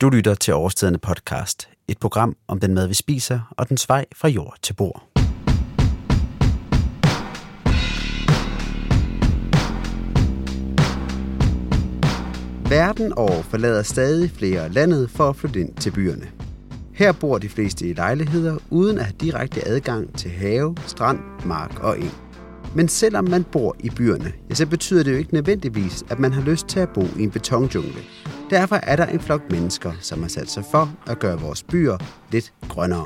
Du lytter til Årstiderne podcast, et program om den mad, vi spiser, og dens vej fra jord til bord. Verden over forlader stadig flere landet for at flytte ind til byerne. Her bor de fleste i lejligheder uden at have direkte adgang til have, strand, mark og eng. Men selvom man bor i byerne, så betyder det jo ikke nødvendigvis, at man har lyst til at bo i en betonjungle. Derfor er der en flok mennesker, som har sat sig for at gøre vores byer lidt grønnere.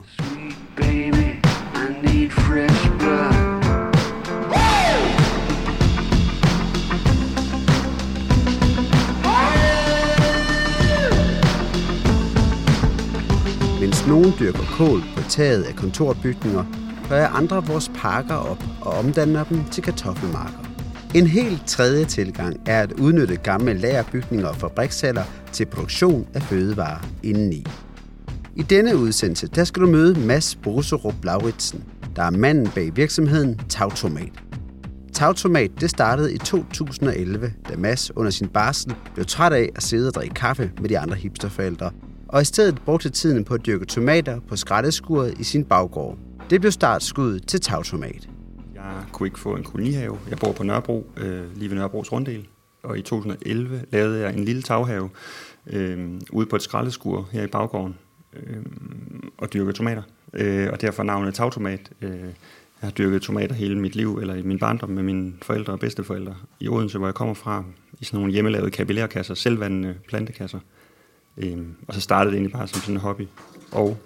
Mens nogen dyrker kål på taget af kontorbygninger, rører andre vores parker op og omdanner dem til kartoffelmarker. En helt tredje tilgang er at udnytte gamle lagerbygninger og fabrikshaller til produktion af fødevarer indeni. I denne udsendelse, der skal du møde Mads Boserup Lauritsen, der er manden bag virksomheden Tautomat. Tautomat, det startede i 2011, da Mads under sin barsel blev træt af at sidde og drikke kaffe med de andre hipsterforældre, og i stedet brugte tiden på at dyrke tomater på skraldeskuret i sin baggård. Det blev startskuddet til Tautomat. Jeg kunne ikke få en kolonihave. Jeg bor på Nørrebro, lige ved Nørrebros Runddel. Og i 2011 lavede jeg en lille taghave ude på et skraldeskur her i baggården og dyrkede tomater. Og derfor navnet Tautomat. Jeg har dyrket tomater hele mit liv, eller i min barndom med mine forældre og bedsteforældre i Odense, hvor jeg kommer fra, i sådan nogle hjemmelavede kapillærkasser, selvvandende plantekasser. Og så startede det egentlig bare som sådan en hobby. Og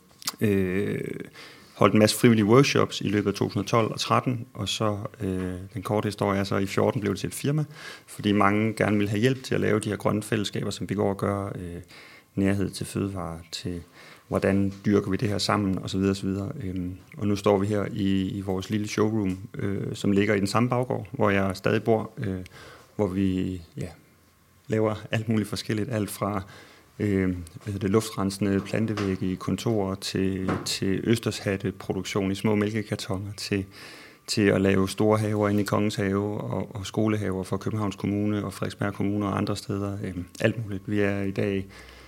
holdt en masse frivillige workshops i løbet af 2012 og 13, og så den korte historie er så i 14 blev det til et firma, fordi mange gerne ville have hjælp til at lave de her grønne fællesskaber, som vi går og gør, nærhed til fødevarer, til hvordan dyrker vi det her sammen, osv. osv. Og nu står vi her i vores lille showroom, som ligger i den samme baggård, hvor jeg stadig bor, hvor vi laver alt muligt forskelligt, alt fra luftrensende plantevægge i kontorer til østershatteproduktion i små mælkekartoner til at lave store haver inde i Kongens Have og skolehaver for Københavns Kommune og Frederiksberg Kommune og andre steder. Alt muligt. Vi er i dag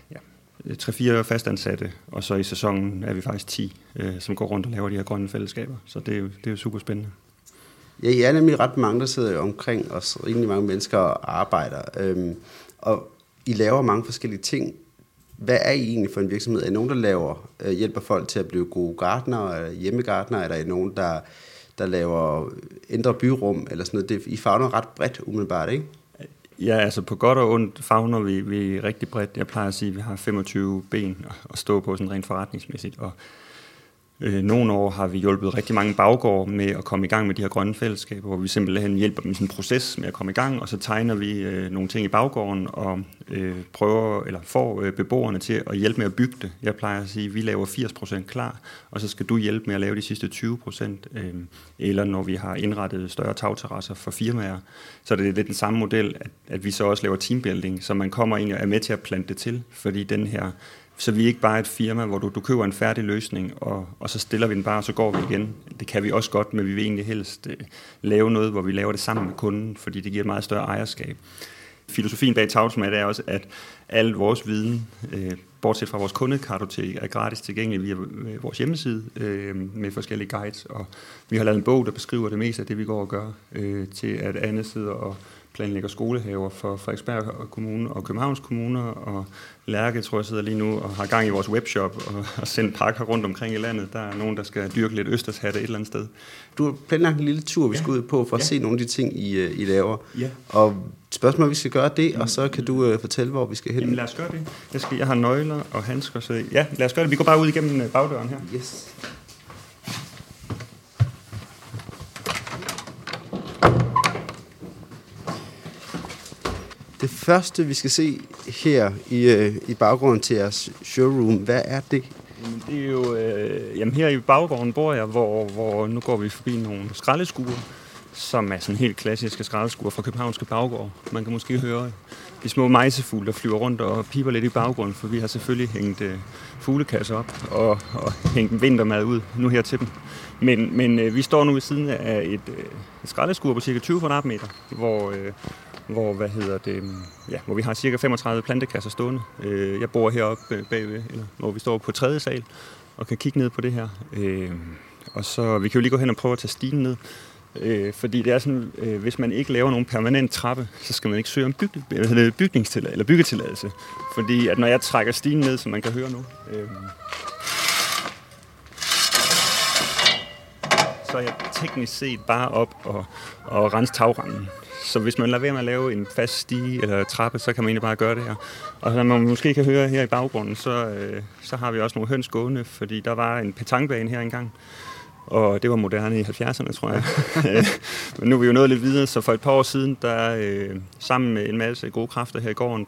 3-4 fastansatte, og så i sæsonen er vi faktisk 10, som går rundt og laver de her grønne fællesskaber. Så det er jo super spændende. Ja, I er nemlig ret mange, der sidder omkring os, rimelig mange mennesker og arbejder. Og I laver mange forskellige ting. Hvad er I egentlig for en virksomhed? Er I nogen, der hjælper folk til at blive gode gartnere, hjemmegartnere? Eller er I nogen, der laver ændre byrum eller sådan noget? I favner ret bredt umiddelbart, ikke? Ja, altså på godt og ondt favner vi rigtig bredt. Jeg plejer at sige, at vi har 25 ben at stå på sådan rent forretningsmæssigt, og nogle år har vi hjulpet rigtig mange baggårde med at komme i gang med de her grønne fællesskaber, hvor vi simpelthen hjælper dem i sådan en proces med at komme i gang, og så tegner vi nogle ting i baggården og får beboerne til at hjælpe med at bygge det. Jeg plejer at sige, at vi laver 80% klar, og så skal du hjælpe med at lave de sidste 20%, eller når vi har indrettet større tagterrasser for firmaer, så det er lidt den samme model, at vi så også laver teambuilding, så man kommer ind og er med til at plante det til, fordi den her. Så vi er ikke bare et firma, hvor du køber en færdig løsning, og så stiller vi den bare, og så går vi igen. Det kan vi også godt, men vi vil egentlig helst lave noget, hvor vi laver det sammen med kunden, fordi det giver et meget større ejerskab. Filosofien bag Tautomat er også, at al vores viden, bortset fra vores kundekartotek, er gratis tilgængelig via vores hjemmeside med forskellige guides. Og vi har lavet en bog, der beskriver det meste af det, vi går og gør, til at Anne sidder og planlægger skolehaver for Frederiksberg Kommune og Københavns Kommune, og Lærke, tror jeg, sidder lige nu og har gang i vores webshop og sendt pakker rundt omkring i landet. Der er nogen, der skal dyrke lidt østershatte et eller andet sted. Du har planlagt en lille tur, vi skal ud på for at se nogle af de ting, I laver. Ja. Og spørgsmålet, vi skal gøre det, og så kan du fortælle, hvor vi skal hen. Jamen lad os gøre det. Jeg har nøgler og handsker, så ja, lad os gøre det. Vi går bare ud igennem bagdøren her. Yes. Det første, vi skal se her i baggrunden til jeres showroom, hvad er det? Jamen, det er jo, her i baggården bor jeg, hvor nu går vi forbi nogle skraldeskuer, som er sådan helt klassiske skraldeskuer fra københavnske baggård. Man kan måske høre de små mejsefugle, der flyver rundt og piper lidt i baggrunden, for vi har selvfølgelig hængt fuglekasser op og hængt vintermad ud nu her til dem. Men vi står nu ved siden af et skraldeskur på cirka 20 kvadratmeter, hvor vi har cirka 35 plantekasser stående. Jeg bor heroppe bagved, hvor vi står på 3. sal og kan kigge ned på det her. Og så vi kan jo lige gå hen og prøve at tage stigen ned. Fordi det er sådan, hvis man ikke laver nogen permanent trappe, så skal man ikke søge om byggetilladelse. Fordi at når jeg trækker stigen ned, som man kan høre nu, så er jeg teknisk set bare op og rense tagrammen. Så hvis man lader være med at lave en fast stige eller trappe, så kan man egentlig bare gøre det her. Og som man måske kan høre her i baggrunden, så har vi også nogle høns gående, fordi der var en petanquebane her engang. Og det var moderne i 70'erne, tror jeg. Men nu er vi jo nået lidt videre, så for et par år siden, sammen med en masse gode kræfter her i gården,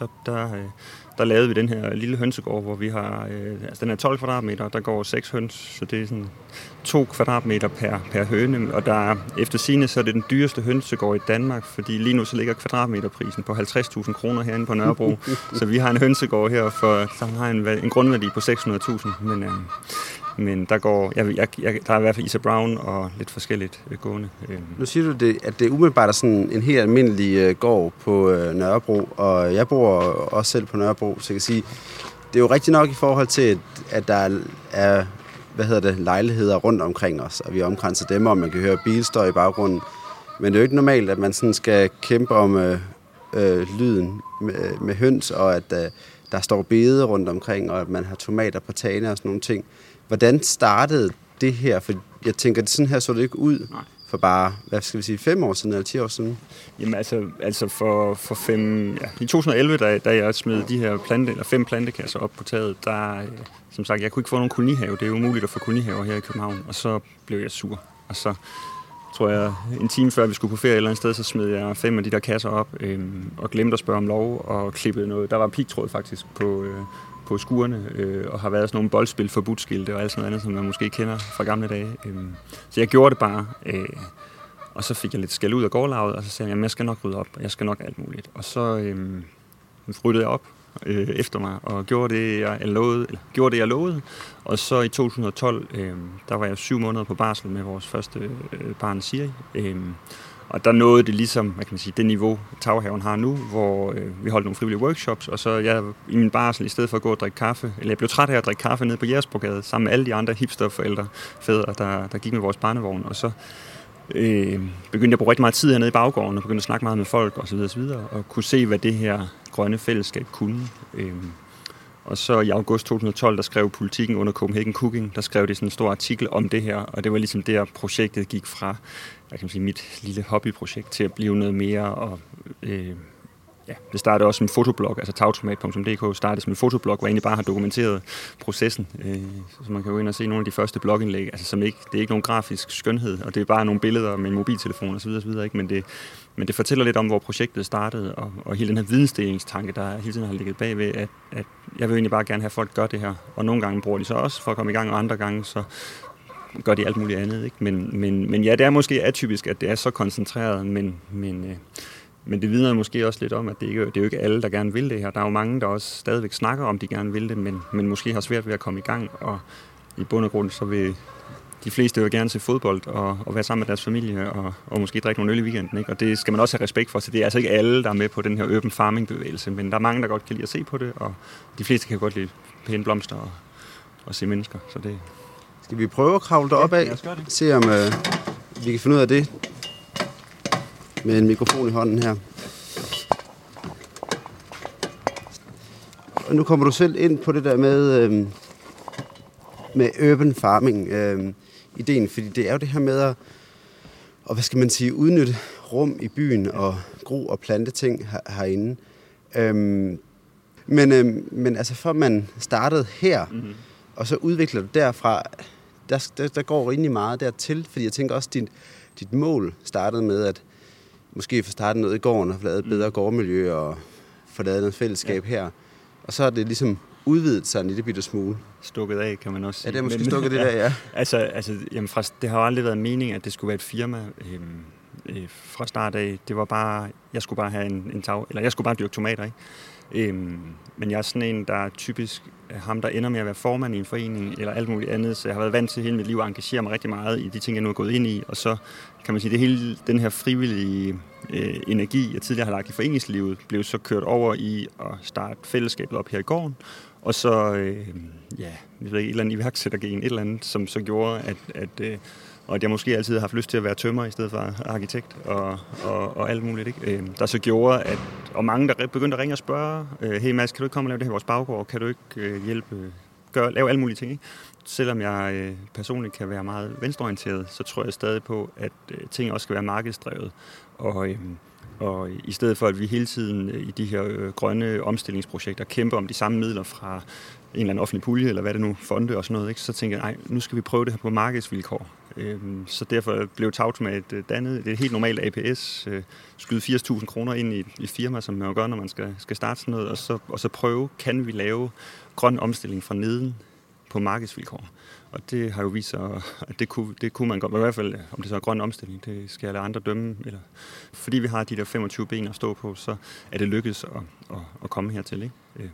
der lavede vi den her lille hønsegård, hvor vi har, den er 12 kvadratmeter, der går 6 høns, så det er sådan 2 kvadratmeter per høne, og der efter sigende, så er det den dyreste hønsegård i Danmark, fordi lige nu så ligger kvadratmeterprisen på 50.000 kroner herinde på Nørrebro, så vi har en hønsegård her, som har en grundværdi på 600.000, men der går, der er i hvert fald Isa Brown og lidt forskelligt gående. Nu siger du, at det umiddelbart er sådan en helt almindelig gård på Nørrebro, og jeg bor også selv på Nørrebro, så jeg kan sige, det er jo rigtig nok i forhold til, at der er lejligheder rundt omkring os, og vi omkranser dem, og man kan høre bilstøj i baggrunden. Men det er jo ikke normalt, at man sådan skal kæmpe om lyden med høns, og at der står bede rundt omkring, og at man har tomater på tagene og sådan nogle ting. Hvordan startede det her? For jeg tænker, sådan her så det ikke ud for bare, 5 år siden eller 10 år siden? Jamen altså for 5... Ja, i 2011, da jeg smed de her 5 plantekasser op på taget, der, som sagt, jeg kunne ikke få nogen kolonihave. Det er jo umuligt at få kolonihaver her i København. Og så blev jeg sur. Og så tror jeg, en time før vi skulle på ferie et eller andet sted, så smed jeg 5 af de der kasser op og glemte at spørge om lov og klippede noget. Der var pigtråd faktisk på skurene, og har været sådan nogle boldspil forbudtskilte og alt sådan noget, som man måske kender fra gamle dage. Så jeg gjorde det bare, og så fik jeg lidt skæld ud af gårdlaget, og så sagde jeg, jeg skal nok rydde op, og jeg skal nok alt muligt. Og så ryddede jeg op efter mig, og gjorde det, jeg lovede. Og så i 2012, der var jeg 7 måneder på barsel med vores første barn, Siri. Og der nåede det ligesom, hvad kan man sige, det niveau, Taghaven har nu, hvor vi holdt nogle frivillige workshops, og så jeg i min barsel, i stedet for at gå og drikke kaffe, eller jeg blev træt af at drikke kaffe nede på Jægersborgade, sammen med alle de andre hipsterfædre, der gik med vores barnevogn, og så begyndte jeg at bruge rigtig meget tid hernede i baggården, og begyndte at snakke meget med folk, osv., og kunne se, hvad det her grønne fællesskab kunne. Og så i august 2012, der skrev Politikken under Copenhagen Cooking, der skrev de sådan en stor artikel om det her, og det var ligesom der projektet gik fra, hvad kan man sige, mit lille hobbyprojekt til at blive noget mere, og det startede også som en fotoblog, altså tagtomat.dk startede som en fotoblog, hvor jeg egentlig bare har dokumenteret processen, så man kan gå ind og se nogle af de første blogindlæg, altså det er ikke nogen grafisk skønhed, og det er bare nogle billeder med en mobiltelefon osv., ikke? Men det fortæller lidt om, hvor projektet startede, og hele den her vidensdelingstanke, der hele tiden har ligget bagved, at jeg vil egentlig bare gerne have, at folk gør det her, og nogle gange bruger de så også for at komme i gang, og andre gange så gør de alt muligt andet, ikke? Men ja, det er måske atypisk, at det er så koncentreret, men det vidner måske også lidt om, at det er jo ikke alle, der gerne vil det her. Der er jo mange, der også stadigvæk snakker om, de gerne vil det, men måske har svært ved at komme i gang, og i bund og grund så vil de fleste jo gerne se fodbold og være sammen med deres familie og måske drikke nogle øl i weekenden, ikke? Og det skal man også have respekt for, så det er altså ikke alle, der er med på den her urban farming bevægelse, men der er mange, der godt kan lide at se på det, og de fleste kan godt lide pæne blomster og se mennesker, så det... Skal vi prøve at kravle derop af? Se om vi kan finde ud af det med en mikrofon i hånden her. Og nu kommer du selv ind på det der med urban farming ideen, fordi det er jo det her med at hvad skal man sige, udnytte rum i byen og gro og plante ting herinde. Men altså før man startede her, og så udvikler du derfra, der går rimelig meget dertil, fordi jeg tænker også, dit mål startede med, at måske få startet noget i gården og få lavet et bedre gårdmiljø og få lavet noget fællesskab her. Og så er det ligesom udvidet sig en lille bitte smule. Stukket af, kan man også sige. Ja, det er måske stukket det der, ja. Altså jamen, det har jo aldrig været meningen, at det skulle være et firma fra start af. Det var bare, jeg skulle bare have jeg skulle bare dyrke tomater, ikke? Men jeg er sådan en, der typisk ham, der ender med at være formand i en forening, eller alt muligt andet. Så jeg har været vant til hele mit liv at engagere mig rigtig meget i de ting, jeg nu er gået ind i. Og så kan man sige, det hele den her frivillige energi, jeg tidligere har lagt i foreningslivet, blev så kørt over i at starte fællesskabet op her i gården. Og så, jeg ved ikke, et eller andet iværksættergen, et eller andet, som så gjorde, at jeg måske altid har haft lyst til at være tømrer i stedet for arkitekt og alt muligt, ikke? Der så gjorde, og mange, der begyndte at ringe og spørge, hey Mads, kan du ikke komme og lave det her i vores baggård? Kan du ikke lave alle mulige ting, ikke? Selvom jeg personligt kan være meget venstreorienteret, så tror jeg stadig på, at ting også skal være markedsdrevet. Og i stedet for, at vi hele tiden i de her grønne omstillingsprojekter kæmper om de samme midler fra en eller anden offentlig pulje, eller hvad det nu, fonde og sådan noget, ikke? Så tænker jeg, nej, nu skal vi prøve det her på markedsvilkår. Så derfor blev Tautomat dannet. Det er et helt normalt APS. Skyde 80.000 kroner ind i et firma, som man gør, når man skal starte sådan noget, og så prøve, kan vi lave grøn omstilling fra neden på markedsvilkår. Og det har jo vist sig, at det kunne man godt. Men i hvert fald, om det så er grøn omstilling, det skal jeg lade andre dømme. Eller, fordi vi har de der 25 ben at stå på, så er det lykkedes at komme hertil, ikke?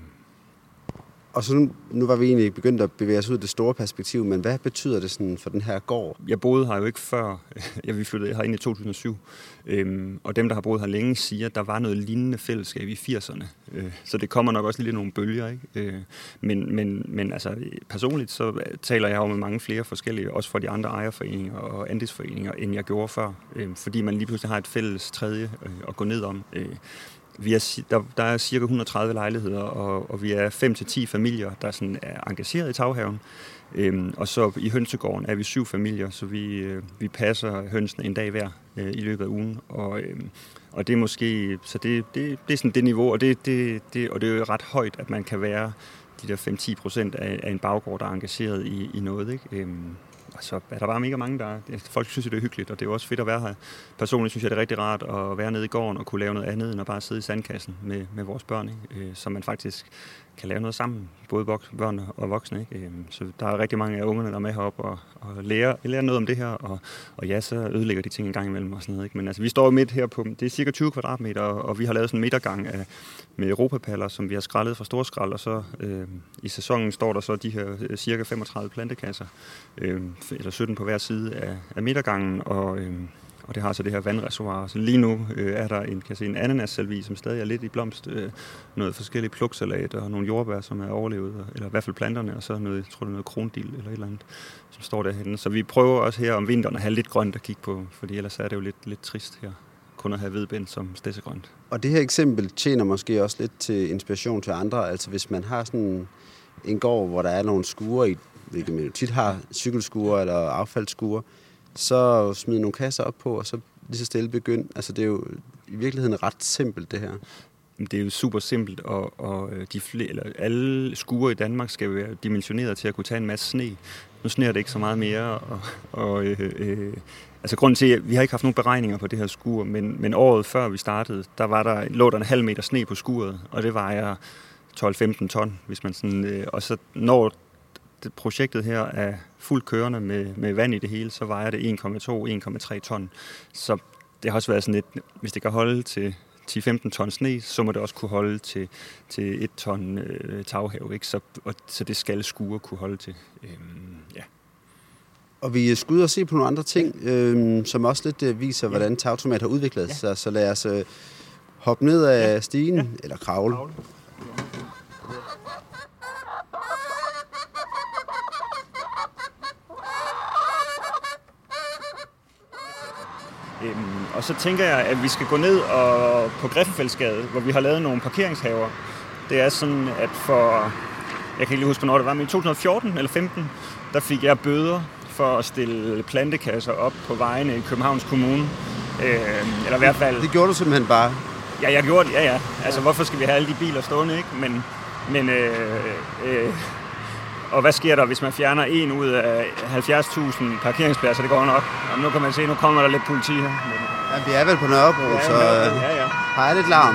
Og så nu var vi egentlig begyndt at bevæge os ud i det store perspektiv, men hvad betyder det sådan for den her gård? Vi boede her jo ikke før, vi flyttede her ind i 2007, og dem, der har boet her længe, siger, at der var noget lignende fællesskab i 80'erne. Så det kommer nok også lidt nogle bølger, ikke? Men altså, personligt så taler jeg jo med mange flere forskellige, også fra de andre ejerforeninger og andelsforeninger, end jeg gjorde før, fordi man lige pludselig har et fælles tredje at gå ned om. Der er cirka 130 lejligheder, og vi er 5-10 familier, der sådan er engageret i Taghaven. Og så i hønsegården er vi 7 familier, så vi passer hønsene en dag hver i løbet af ugen. Og det er måske, så det er sådan det niveau, og det er jo ret højt, at man kan være de der 5-10% af en baggård, der er engageret i noget, ikke? Og så er der bare mega mange, folk synes, det er hyggeligt, og det er jo også fedt at være her. Personligt synes jeg, det er rigtig rart at være nede i gården og kunne lave noget andet, end at bare sidde i sandkassen med vores børn, ikke? Så man faktisk kan lave noget sammen, både børn og voksne, ikke? Så der er rigtig mange af ungerne, der er med heroppe og lærer noget om det her, og ja, så ødelægger de ting en gang imellem og sådan noget, ikke? Men altså, vi står midt her på, det er cirka 20 kvadratmeter, og vi har lavet sådan en midtergang med europapaller, som vi har skrællet fra storskrald, og så i sæsonen står der så de her cirka 35 plantekasser, eller 17 på hver side af midtergangen, og det har så det her vandreservoir. Så lige nu er der en ananassalvie, som stadig er lidt i blomst, noget forskellige pluksalat og nogle jordbær, som er overlevet, eller i hvert fald planterne, og så noget, jeg tror det er noget krondild eller et eller andet, som står derhenne. Så vi prøver også her om vinteren at have lidt grønt at kigge på, fordi ellers er det jo lidt trist her, kun at have hvidbind som stedsegrønt. Og det her eksempel tjener måske også lidt til inspiration til andre, altså hvis man har sådan en gård, hvor der er nogle skure i, hvilket man jo tit har, cykelskure eller affaldskure, så smide nogle kasser op på, og så lige så stille begynde. Altså det er jo i virkeligheden ret simpelt, det her. Det er jo super simpelt, og alle skure i Danmark skal være dimensioneret til at kunne tage en masse sne. Nu sneer det ikke så meget mere, altså grunden til, at vi har ikke haft nogen beregninger på det her skur, men året før vi startede, lå der en halv meter sne på skuret, og det vejer 12-15 ton, hvis man sådan, og så når projektet her er fuldt kørende med vand i det hele, så vejer det 1,2-1,3 ton. Så det har også været sådan lidt, hvis det kan holde til 10-15 ton sne, så må det også kunne holde til 1 ton taghave, ikke? Så det skal skure kunne holde til. Ja. Og vi skal ud og se på nogle andre ting, som også lidt viser, hvordan Tautomat har udviklet sig. Så lad os hoppe ned af stigen, eller kravle. Og så tænker jeg, at vi skal gå ned på Griffenfeldsgade, hvor vi har lavet nogle parkeringshaver. Det er sådan, at jeg kan ikke lige huske, hvornår det var, men i 2014 eller 15, der fik jeg bøder for at stille plantekasser op på vejene i Københavns Kommune. Eller i hvert fald... Det gjorde du simpelthen bare? Ja, jeg gjorde det, ja. Altså, hvorfor skal vi have alle de biler stående, ikke? Men og hvad sker der, hvis man fjerner en ud af 70.000 parkeringspladser? Det går nok. Og nu kan man se, nu kommer der lidt politi her. Ja, vi er vel på Nørrebro, ja, så har jeg lidt larm.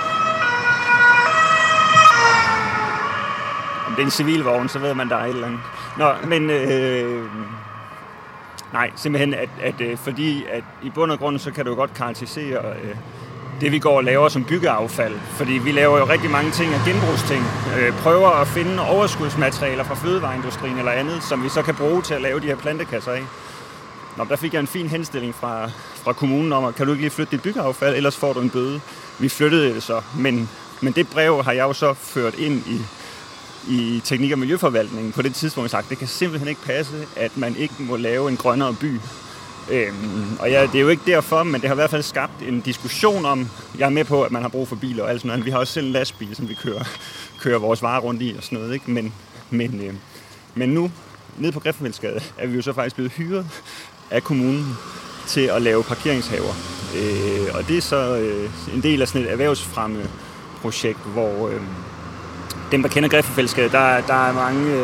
Om det er en civilvogn, så ved man, der er et eller andet. Nå, men... nej, simpelthen, at fordi at i bund og grund, så kan du godt karakterisere det vi går og laver som byggeaffald. Fordi vi laver jo rigtig mange ting af genbrugsting. Prøver at finde overskudsmaterialer fra fødevareindustrien eller andet, som vi så kan bruge til at lave de her plantekasser af. Nå, der fik jeg en fin henstilling fra kommunen om, at kan du ikke lige flytte dit byggeaffald, ellers får du en bøde. Vi flyttede det så, men det brev har jeg jo så ført ind i Teknik- og Miljøforvaltningen på det tidspunkt sagt, det kan simpelthen ikke passe, at man ikke må lave en grønnere by. Og ja, det er jo ikke derfor, men det har i hvert fald skabt en diskussion om, jeg er med på, at man har brug for biler og alt sådan noget. Vi har også selv en lastbil, som vi kører vores varer rundt i og sådan noget, ikke? Men nu, nede på Griffenfeldsgade, er vi jo så faktisk blevet hyret af kommunen til at lave parkeringshaver. Og det er så en del af sådan et erhvervsfremmeprojekt, hvor dem, der kender Griffenfeldsgade, der er mange,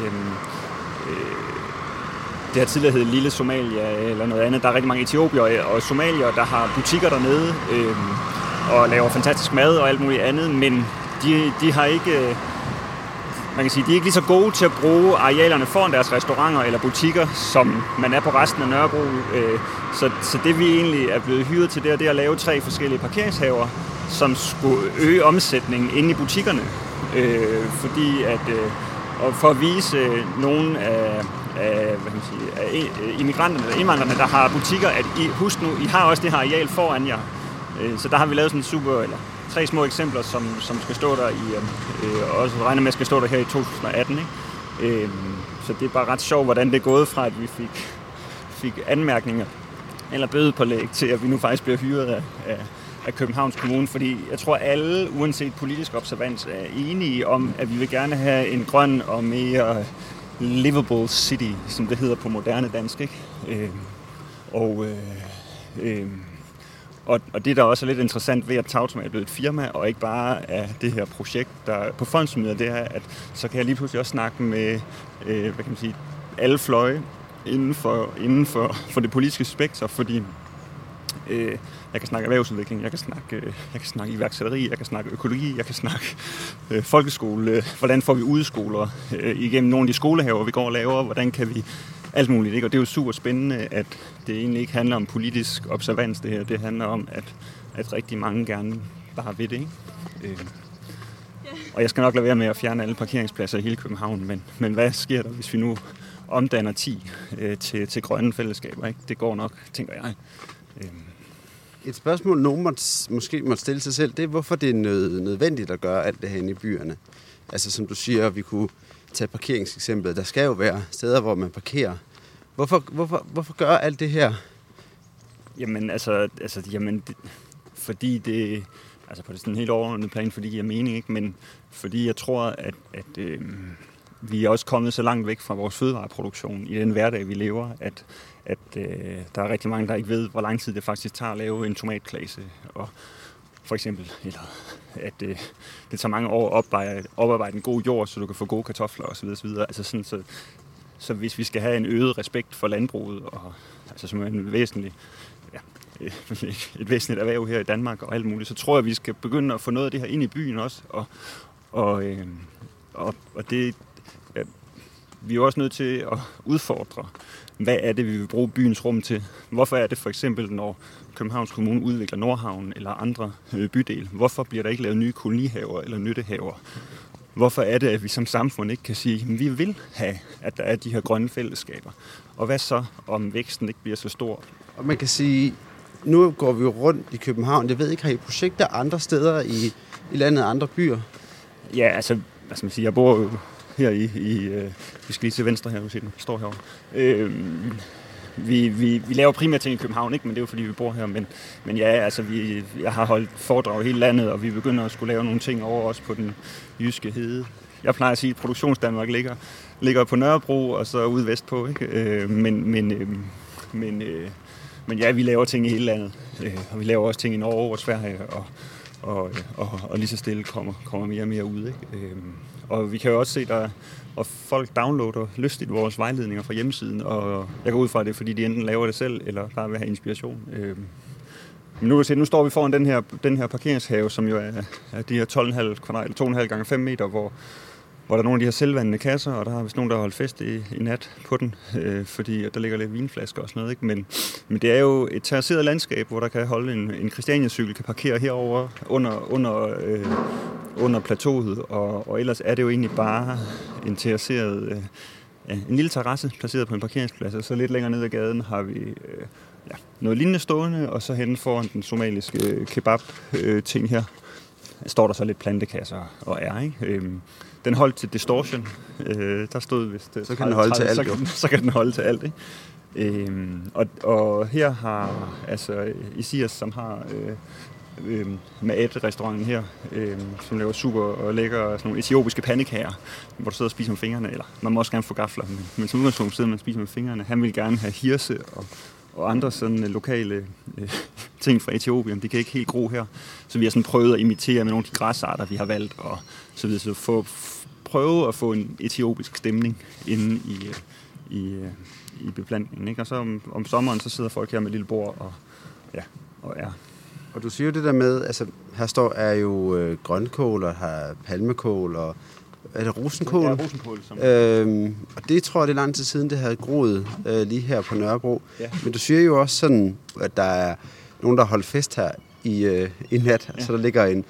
det har tidligere heddet Lille Somalia eller noget andet. Der er rigtig mange etiopier og somalier, der har butikker dernede og laver fantastisk mad og alt muligt andet, men de har ikke, man kan sige, de er ikke lige så gode til at bruge arealerne foran deres restauranter eller butikker, som man er på resten af Nørrebro. Så det vi egentlig er blevet hyret til, det er at lave 3 forskellige parkeringshaver, som skulle øge omsætningen inde i butikkerne. Fordi at, og for at vise nogle af immigranterne eller indvandrerne, der har butikker, at husk nu, I har også det her areal foran jer. Så der har vi lavet sådan 3 små eksempler, som skal stå der og også regner med, at skal stå der her i 2018. Ikke? Så det er bare ret sjovt, hvordan det er gået fra, at vi fik anmærkninger eller bødepålæg til, at vi nu faktisk bliver hyret af Københavns Kommune, fordi jeg tror alle, uanset politisk observans, er enige om, at vi vil gerne have en grøn og mere livable city, som det hedder på moderne dansk, ikke? Og det, der også er lidt interessant ved, at Tautom er blevet et firma, og ikke bare af det her projekt, der på fondsmidler, det er, at så kan jeg lige pludselig også snakke med, alle fløje inden for det politiske spektrum, fordi jeg kan snakke erhvervsudvikling, jeg kan snakke iværksætteri, jeg kan snakke økologi, jeg kan snakke folkeskole, hvordan får vi udeskoler igennem nogle af de skolehaver, vi går og laver, hvordan kan vi alt muligt, ikke? Og det er jo super spændende, at det egentlig ikke handler om politisk observans, det her. Det handler om, at rigtig mange gerne bare vil det, ikke? Og jeg skal nok lade være med at fjerne alle parkeringspladser i hele København, men hvad sker der, hvis vi nu omdanner 10 til grønne fællesskaber, ikke? Det går nok, tænker jeg. Et spørgsmål, nogen måske måtte stille sig selv, det er, hvorfor det er nødvendigt at gøre alt det her inde i byerne. Altså, som du siger, vi kunne tage parkeringseksemplet. Der skal jo være steder, hvor man parkerer. Hvorfor gør alt det her? Jamen, fordi det, altså på det sådan helt overordnede plan, fordi det giver mening, ikke? Men fordi jeg tror, at vi er også kommet så langt væk fra vores fødevareproduktion i den hverdag, vi lever, at der er rigtig mange, der ikke ved, hvor lang tid det faktisk tager at lave en tomatklasse, og for eksempel, eller at det tager mange år at oparbejde en god jord, så du kan få gode kartofler osv. Altså sådan, så hvis vi skal have en øget respekt for landbruget, og altså som en væsentlig, et væsentligt erhverv her i Danmark og alt muligt, så tror jeg, at vi skal begynde at få noget af det her ind i byen også, og det vi er jo også nødt til at udfordre, hvad er det, vi vil bruge byens rum til? Hvorfor er det for eksempel, når Københavns Kommune udvikler Nordhavn eller andre bydele? Hvorfor bliver der ikke lavet nye kolonihaver eller nyttehaver? Hvorfor er det, at vi som samfund ikke kan sige, at vi vil have, at der er de her grønne fællesskaber? Og hvad så, om væksten ikke bliver så stor? Og man kan sige, nu går vi jo rundt i København. Jeg ved ikke, har I projekter andre steder i landet, andre byer? Ja, altså, hvad skal man sige, jeg bor jo her vi skal lige til venstre her, vi står herovre. Vi laver primært ting i København, ikke, men det er jo fordi, vi bor her. Men ja, altså, jeg har holdt foredrag i hele landet, og vi begynder at skulle lave nogle ting over også på den jyske hede. Jeg plejer at sige, at Produktionsdanmark ligger på Nørrebro, og så ude vestpå, ikke? Men ja, vi laver ting i hele landet, og vi laver også ting i Norge og Sverige, og lige så stille kommer mere og mere ud, ikke? Og vi kan jo også se, at folk downloader lystigt vores vejledninger fra hjemmesiden, og jeg går ud fra det, fordi de enten laver det selv, eller bare vil have inspiration. Men nu står vi foran den her parkeringshave, som jo er de her 12,5 kvadrat, eller 2,5 gange 5 meter, hvor der er nogle af de her selvvandende kasser, og der har vist nogen, der har holdt fest i nat på den, fordi der ligger lidt vinflasker og sådan noget. Ikke? Men det er jo et terrasseret landskab, hvor der kan holde en Christiania-cykel, kan parkere herover under plateauet, og ellers er det jo egentlig bare en terrasseret, en lille terrasse placeret på en parkeringsplads, og så lidt længere ned ad gaden har vi noget lignende stående, og så henne foran den somaliske kebab-ting her, står der så lidt plantekasser og ikke? Den holdt til Distortion. Der stod vist... Så kan den holde til alt, så kan den holde til alt, ikke? Og her har Isias, som har Maed-restauranten her, som laver super og lækker sådan nogle etiopiske pandekager, hvor du sidder og spiser med fingrene, eller man må også gerne få gafler, men som udgangspunkt sidder man og spiser med fingrene. Han vil gerne have hirse og andre sådan lokale ting fra Etiopien. De kan ikke helt gro her. Så vi har sådan prøvet at imitere med nogle af de græsarter, vi har valgt, og så videre. Så prøve at få en etiopisk stemning inde i beplantningen. Ikke? Og så om sommeren, så sidder folk her med et lille bord og er. Og du siger jo det der med, altså her er jo grønkål og her palmekål og er det rosenkål? Ja, rosenkål. Og det tror jeg, det er lang tid siden, det havde groet lige her på Nørrebro. Ja. Men du siger jo også sådan, at der er nogen, der har holdt fest her i nat. Ja. Så der ligger en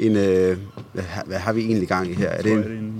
hvad har vi egentlig gang i her? Er det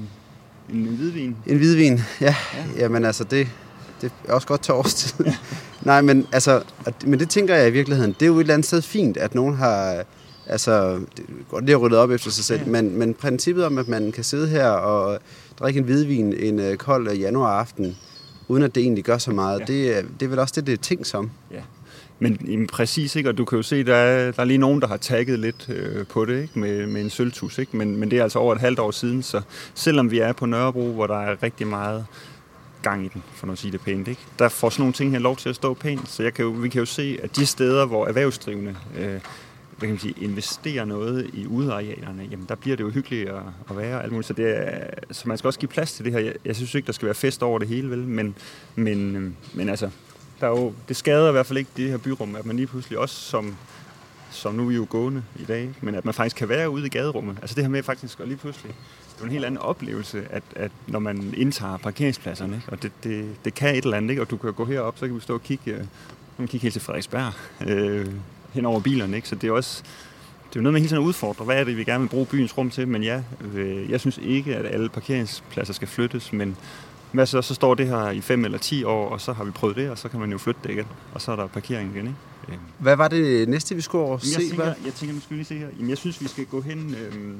en hvidvin? En hvidvin, ja. Jamen altså, det er også godt til årstid. Ja. Nej, men altså, men det tænker jeg i virkeligheden. Det er jo et eller andet sted fint, at nogen har... Altså, det er ryddet op efter sig selv, ja. Men princippet om, at man kan sidde her og drikke en hvidvin en kold januaraften, uden at det egentlig gør så meget, ja. Det er vel også det er tænkt som. Ja, men præcis, ikke? Og du kan jo se, der er lige nogen, der har tagget lidt på det, ikke? Med en sølvtus, ikke? Men det er altså over et halvt år siden, så selvom vi er på Nørrebro, hvor der er rigtig meget gang i den, for at sige det pænt, ikke? Der får sådan nogle ting her lov til at stå pænt, så vi kan jo se, at de steder, hvor erhvervsdrivende hvad kan man sige, investere noget i udearealerne, jamen der bliver det jo hyggeligt at være alt muligt. Så man skal også give plads til det her. Jeg synes ikke, der skal være fest over det hele, vel? Men altså, der er jo, det skader i hvert fald ikke det her byrum, at man lige pludselig også, som nu er vi jo gående i dag, men at man faktisk kan være ude i gaderummet. Altså det her med faktisk at lige pludselig, det er en helt anden oplevelse, at når man indtager parkeringspladserne, ikke? Og det kan et eller andet, ikke? Og du kan gå herop, så kan vi stå og kigge helt til Frederiksberg, hen over bilerne, ikke? Så det er jo noget med hele tiden at udfordre, hvad er det, vi gerne vil bruge byens rum til, men jeg synes ikke, at alle parkeringspladser skal flyttes, men så står det her i 5 eller 10 år, og så har vi prøvet det, og så kan man jo flytte det igen, og så er der parkering igen, ikke? Hvad var det næste, vi skulle over se? Jeg tænker, vi skal lige se her. Jamen, jeg synes, vi skal gå hen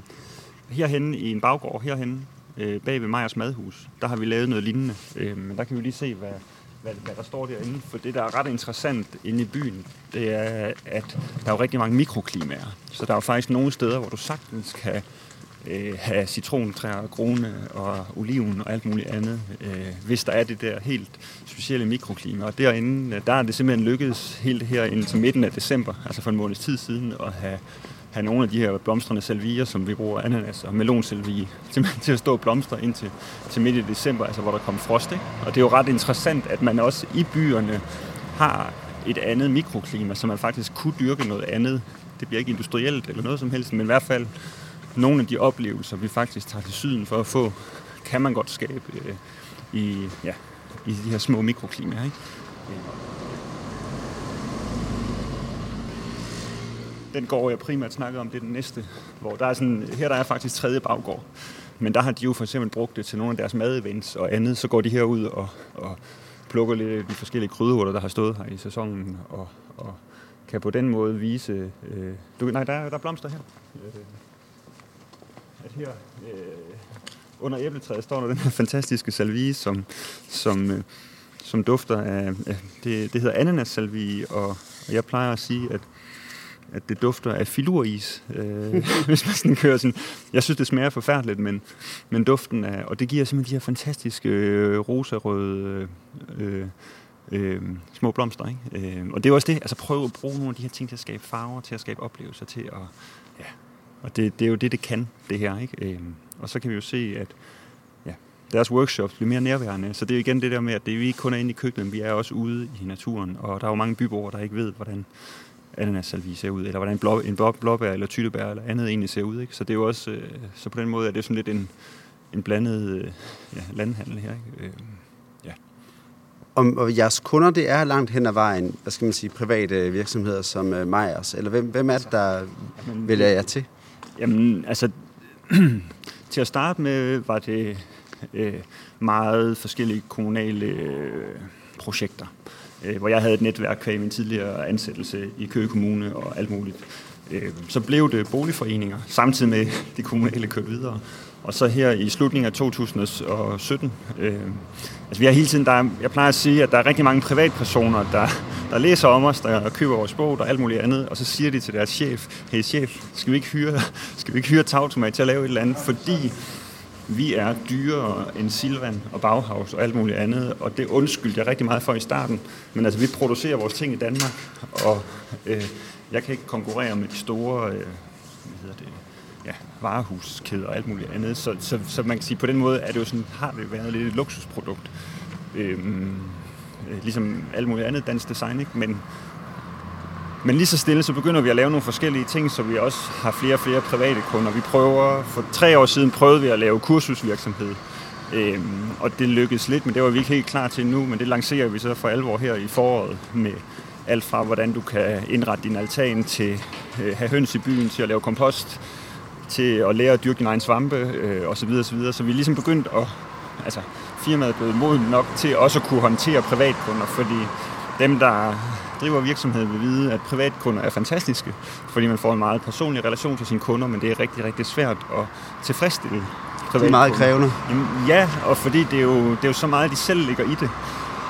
herhen i en baggård, herhen bag ved Meyers Madhus. Der har vi lavet noget lignende, men der kan vi lige se, hvad der står derinde. For det, der er ret interessant inde i byen, det er, at der er jo rigtig mange mikroklimaer. Så der er jo faktisk nogle steder, hvor du sagtens kan have citrontræer, grone og oliven og alt muligt andet, hvis der er det der helt specielle mikroklima. Og derinde, der er det simpelthen lykkedes helt her indtil midten af december, altså for en måneds tid siden, at have nogle af de her blomstrende salvier, som vi bruger, ananas og melonsalvie, til at stå og blomstre indtil midt i december, altså hvor der kommer frost, ikke? Og det er jo ret interessant, at man også i byerne har et andet mikroklima, så man faktisk kunne dyrke noget andet. Det bliver ikke industrielt eller noget som helst, men i hvert fald nogle af de oplevelser, vi faktisk tager til syden for at få, kan man godt skabe i de her små mikroklimaer, ikke? Den gård, jeg primært snakkede om, det er den næste, hvor der er sådan, her der er faktisk tredje baggård. Men der har de jo for eksempel brugt det til nogle af deres madevents og andet. Så går de herud og plukker lidt af de forskellige krydderurter, der har stået her i sæsonen, og kan på den måde vise... der er blomster her. At her under æbletræet står der den her fantastiske salvie, som dufter af... Det hedder ananassalvie, og jeg plejer at sige, at det dufter af filuris, hvis man sådan kører sådan. Jeg synes, det smager forfærdeligt, men duften af... Og det giver simpelthen de her fantastiske rosarøde små blomster, ikke? Og det er også det, altså prøve at bruge nogle af de her ting til at skabe farver, til at skabe oplevelser, til at... Ja. Og det er jo det kan, det her, ikke? Og så kan vi jo se, at deres workshops bliver mere nærværende. Så det er jo igen det der med, at det er jo ikke kun er inde i køkkenet, men vi er også ude i naturen. Og der er jo mange byboere, der ikke ved, hvordan ananassalvie ser ud, eller hvordan en blåbær eller tyttebær eller andet egentlig ser ud, ikke? Så det er jo også, så på den måde er det sådan lidt en blandet landhandel her. Og jeres kunder, det er langt hen ad vejen, hvad skal man sige, private virksomheder som Meyers, eller hvem er det, der vælger jer til? Jamen, altså, til at starte med var det meget forskellige kommunale projekter, hvor jeg havde et netværk kvæg min tidligere ansættelse i Køge Kommune og alt muligt. Så blev det boligforeninger, samtidig med de kommunale kørte videre. Og så her i slutningen af 2017, altså vi har hele tiden, jeg plejer at sige, at der er rigtig mange privatpersoner, der læser om os, der køber vores bog og alt muligt andet, og så siger de til deres chef, hey chef, skal vi ikke hyre Tautomat til at lave et eller andet, fordi vi er dyrere end Silvan og Bauhaus og alt muligt andet, og det undskyldte jeg rigtig meget for i starten, men altså vi producerer vores ting i Danmark, og jeg kan ikke konkurrere med de store, varehuskæder og alt muligt andet, så man kan sige, på den måde er det jo sådan, har det været lidt et luksusprodukt, ligesom alt muligt andet dansk design, ikke? Men lige så stille, så begynder vi at lave nogle forskellige ting, så vi også har flere og flere private kunder. For 3 år siden prøvede vi at lave kursusvirksomhed, og det lykkedes lidt, men det var vi ikke helt klar til nu, men det lancerer vi så for alvor her i foråret med alt fra, hvordan du kan indrette din altan til have høns i byen, til at lave kompost, til at lære at dyrke din egen svampe, osv. osv. Så vi er ligesom begyndt at, firmaet er blevet moden nok til også at kunne håndtere privatkunder, fordi dem, der driver virksomheden, vil vide, at privatkunder er fantastiske, fordi man får en meget personlig relation til sine kunder, men det er rigtig, rigtig svært at tilfredsstille privatkunder. Det er meget krævende. Jamen, ja, og fordi det er jo så meget, de selv ligger i det.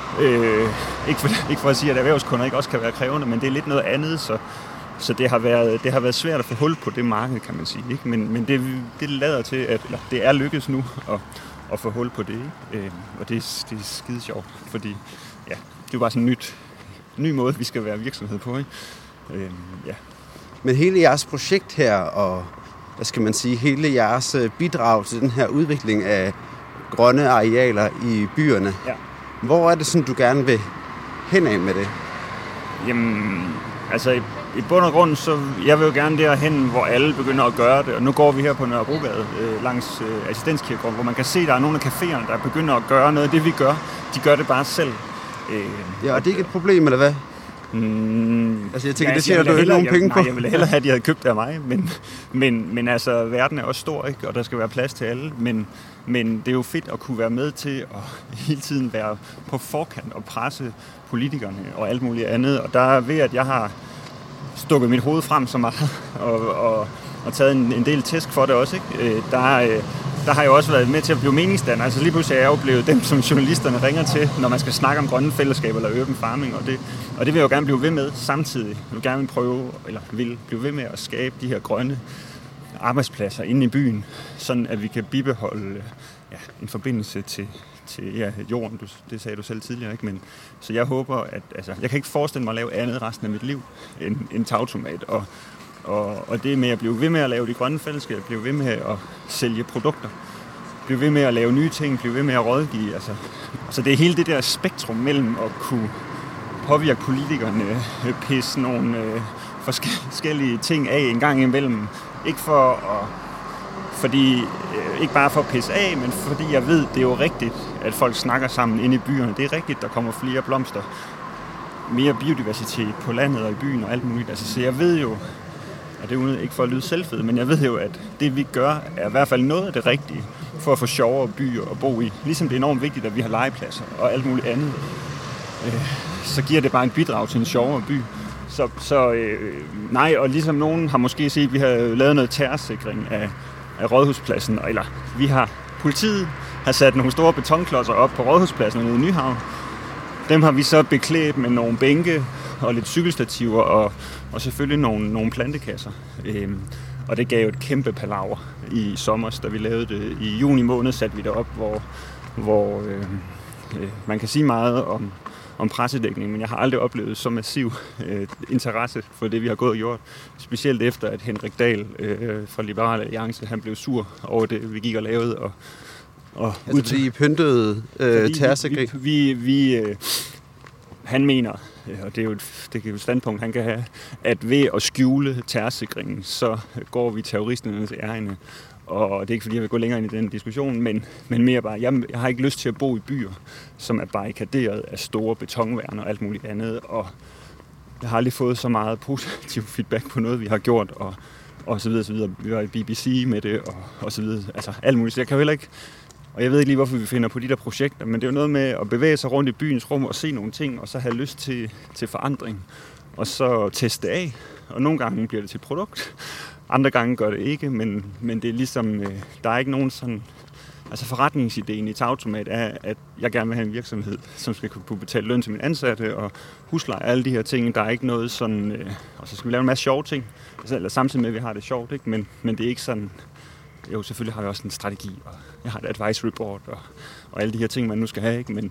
Ikke for at sige, at erhvervskunder ikke også kan være krævende, men det er lidt noget andet, så det har været svært at få hul på det marked, kan man sige. Ikke? Men det lader til, at det er lykkedes nu at få hul på det. Ikke? Og det er skide sjovt, fordi det er jo bare sådan en ny måde, vi skal være virksomhed på. Ikke? Men hele jeres projekt her, og hvad skal man sige, hele jeres bidrag til den her udvikling af grønne arealer i byerne, hvor er det sådan, du gerne vil hen af med det? Jamen, altså i bund og grund, så jeg vil jo gerne derhen, hvor alle begynder at gøre det. Og nu går vi her på Nørrebrogade langs Assistenskirkegården, hvor man kan se, at der er nogle af caféerne, der begynder at gøre noget af det, vi gør. De gør det bare selv. Ja, og det er ikke et problem, eller hvad? Altså jeg tænker, det tjener du ikke nogen penge på. Nej, jeg ville hellere have, at de havde købt det af mig, men altså, verden er også stor, ikke? Og der skal være plads til alle, men det er jo fedt at kunne være med til at hele tiden være på forkant og presse politikerne og alt muligt andet, og der ved, at jeg har stukket mit hoved frem så meget og taget en del tæsk for det også, ikke? Der har jeg også været med til at blive meningsdanner. Altså lige pludselig er jeg jo blevet dem, som journalisterne ringer til, når man skal snakke om grønne fællesskaber eller urban farming, og det vil jeg jo gerne blive ved med samtidig. Jeg vil gerne vil blive ved med at skabe de her grønne arbejdspladser inde i byen, sådan at vi kan bibeholde en forbindelse til jorden. Det sagde du selv tidligere, ikke? Men så jeg håber, at jeg kan ikke forestille mig at lave andet resten af mit liv end Tautomat, og det med at blive ved med at lave de grønne fællesskaber, blive ved med at sælge produkter, blive ved med at lave nye ting, blive ved med at rådgive. Altså det er hele det der spektrum mellem at kunne påvirke politikerne, pisse nogle forskellige ting af en gang imellem. Ikke bare for at pisse af, men fordi jeg ved, det er jo rigtigt, at folk snakker sammen inde i byerne. Det er rigtigt, der kommer flere blomster, mere biodiversitet på landet og i byen og alt muligt. Altså, så jeg ved jo, og det er ikke for at lyde selvfed, men jeg ved jo, at det vi gør, er i hvert fald noget af det rigtige for at få sjovere byer at bo i. Ligesom det er enormt vigtigt, at vi har legepladser og alt muligt andet, så giver det bare en bidrag til en sjovere by. Nej, og ligesom nogen har måske set, at vi har lavet noget terrorsikring af Rådhuspladsen, eller politiet har sat nogle store betonklodser op på Rådhuspladsen nede i Nyhavn. Dem har vi så beklædt med nogle bænke og lidt cykelstativer og selvfølgelig nogle plantekasser. Og det gav jo et kæmpe palaver i sommer, da vi lavede det. I juni måned satte vi det op, hvor man kan sige meget om pressedækning, men jeg har aldrig oplevet så massiv interesse for det, vi har gået og gjort. Specielt efter, at Henrik Dahl fra Liberal Alliance, han blev sur over det, vi gik og lavede. Altså de pyntede terrorsikring? Han mener, og det er jo et standpunkt, han kan have, at ved at skjule terrorsikringen, så går vi terroristernes ærinde. Og det er ikke fordi, jeg vil gå længere ind i den diskussion, men mere bare, jeg har ikke lyst til at bo i byer, som er barrikaderet af store betonværner og alt muligt andet. Og jeg har aldrig fået så meget positiv feedback på noget, vi har gjort, og så videre, så videre. Vi var i BBC med det, og så videre. Altså alt muligt. Så jeg kan jo heller ikke, og jeg ved ikke lige, hvorfor vi finder på de der projekter, men det er jo noget med at bevæge sig rundt i byens rum og se nogle ting, og så have lyst til forandring, og så teste af. Og nogle gange bliver det til et produkt, andre gange gør det ikke, men det er ligesom, der er ikke nogen sådan, altså forretningsideen i Tagtomat er, at jeg gerne vil have en virksomhed, som skal kunne betale løn til mine ansatte og husleje og alle de her ting. Der er ikke noget sådan, og så skal vi lave en masse sjove ting, eller samtidig med, at vi har det sjovt, ikke? Men det er ikke sådan, jo selvfølgelig har jeg også en strategi, og jeg har et advisory board og alle de her ting, man nu skal have, ikke?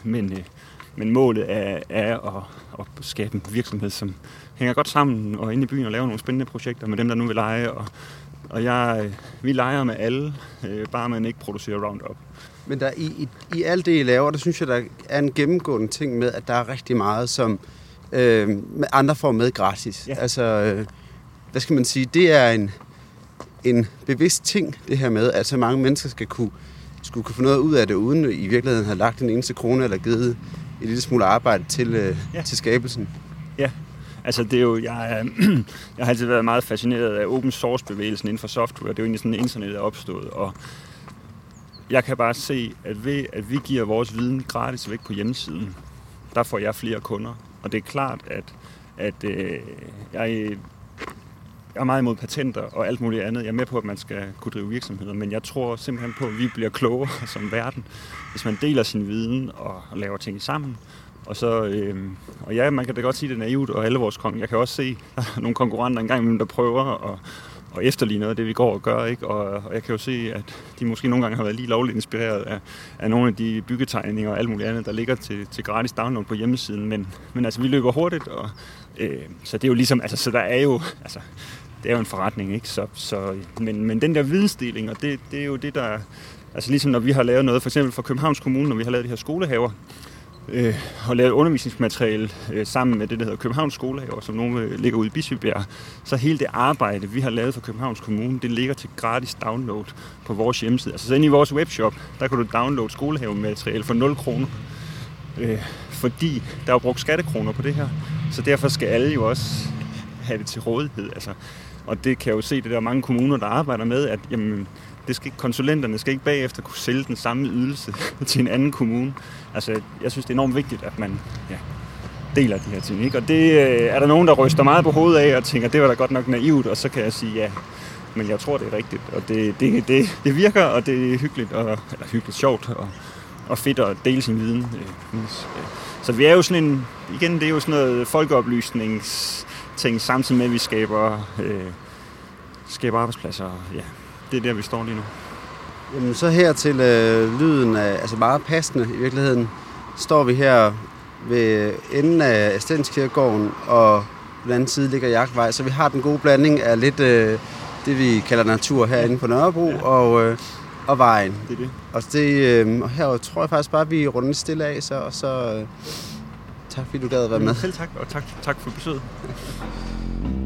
Men målet er at skabe en virksomhed, som hænger godt sammen og inde i byen og lave nogle spændende projekter med dem, der nu vil lege. Og vi leger med alle, bare man ikke producerer Roundup. Men der i alt det, I laver, der synes jeg, der er en gennemgående ting med, at der er rigtig meget, som andre får med gratis. Ja. Altså, hvad skal man sige, det er en bevidst ting, det her med, at så mange mennesker skulle kunne få noget ud af det, uden i virkeligheden have lagt en eneste krone eller givet et lille smule arbejde til skabelsen. Ja, altså det er jo, jeg har altid været meget fascineret af open source bevægelsen inden for software. Det er jo egentlig sådan, at internet er opstået, og jeg kan bare se, at ved at vi giver vores viden gratis væk på hjemmesiden, der får jeg flere kunder. Og det er klart, at jeg er meget imod patenter og alt muligt andet. Jeg er med på, at man skal kunne drive virksomheder, men jeg tror simpelthen på, at vi bliver klogere som verden, hvis man deler sin viden og laver ting sammen. Og så, og ja, man kan da godt sige, det er naivt, og alle vores jeg kan også se, der er nogle konkurrenter engang imellem, der prøver at efterligne noget af det, vi går og gør, ikke? Og jeg kan jo se, at de måske nogle gange har været lige lovligt inspireret af nogle af de byggetegninger og alt muligt andet, der ligger til gratis download på hjemmesiden. Men altså, vi løber hurtigt, og så det er jo ligesom, altså, så der er jo, altså, det er jo en forretning, ikke? Men den der vidensdeling, og det er jo det, der, altså ligesom når vi har lavet noget, for eksempel for Københavns Kommune, når vi har lavet de her skolehaver, og lavet undervisningsmateriale sammen med det, der hedder Københavns Skolehaver, som nogle ligger ude i Bispebjerg. Så hele det arbejde, vi har lavet for Københavns Kommune, det ligger til gratis download på vores hjemmeside. Altså så inde i vores webshop, der kan du downloade skolehavemateriale for 0 kroner. Fordi der er jo brugt skattekroner på det her. Så derfor skal alle jo også have det til rådighed. Altså, og det kan jeg jo se, det der er mange kommuner, der arbejder med, at jamen, konsulenterne skal ikke bagefter kunne sælge den samme ydelse til en anden kommune. Altså, jeg synes, det er enormt vigtigt, at man deler de her ting, ikke? Og det er der nogen, der ryster meget på hovedet af og tænker, det var da godt nok naivt, og så kan jeg sige ja. Men jeg tror, det er rigtigt, og det virker, og det er hyggeligt, eller hyggeligt sjovt, og fedt at dele sin viden. Så vi er jo sådan det er jo sådan noget folkeoplysningsting, samtidig med, at vi skaber arbejdspladser, ja. Det er der, vi står lige nu. Jamen, så her til lyden af, altså meget passende i virkeligheden, står vi her ved enden af Stenskirkegården, og på den anden side ligger Jagtvej, så vi har den gode blanding af lidt det, vi kalder natur herinde på Nørrebro, og vejen. Det er det. Og her tror jeg faktisk bare, at vi runder stille af, så tak fordi du gad at være med. Selv tak, og tak for besøget.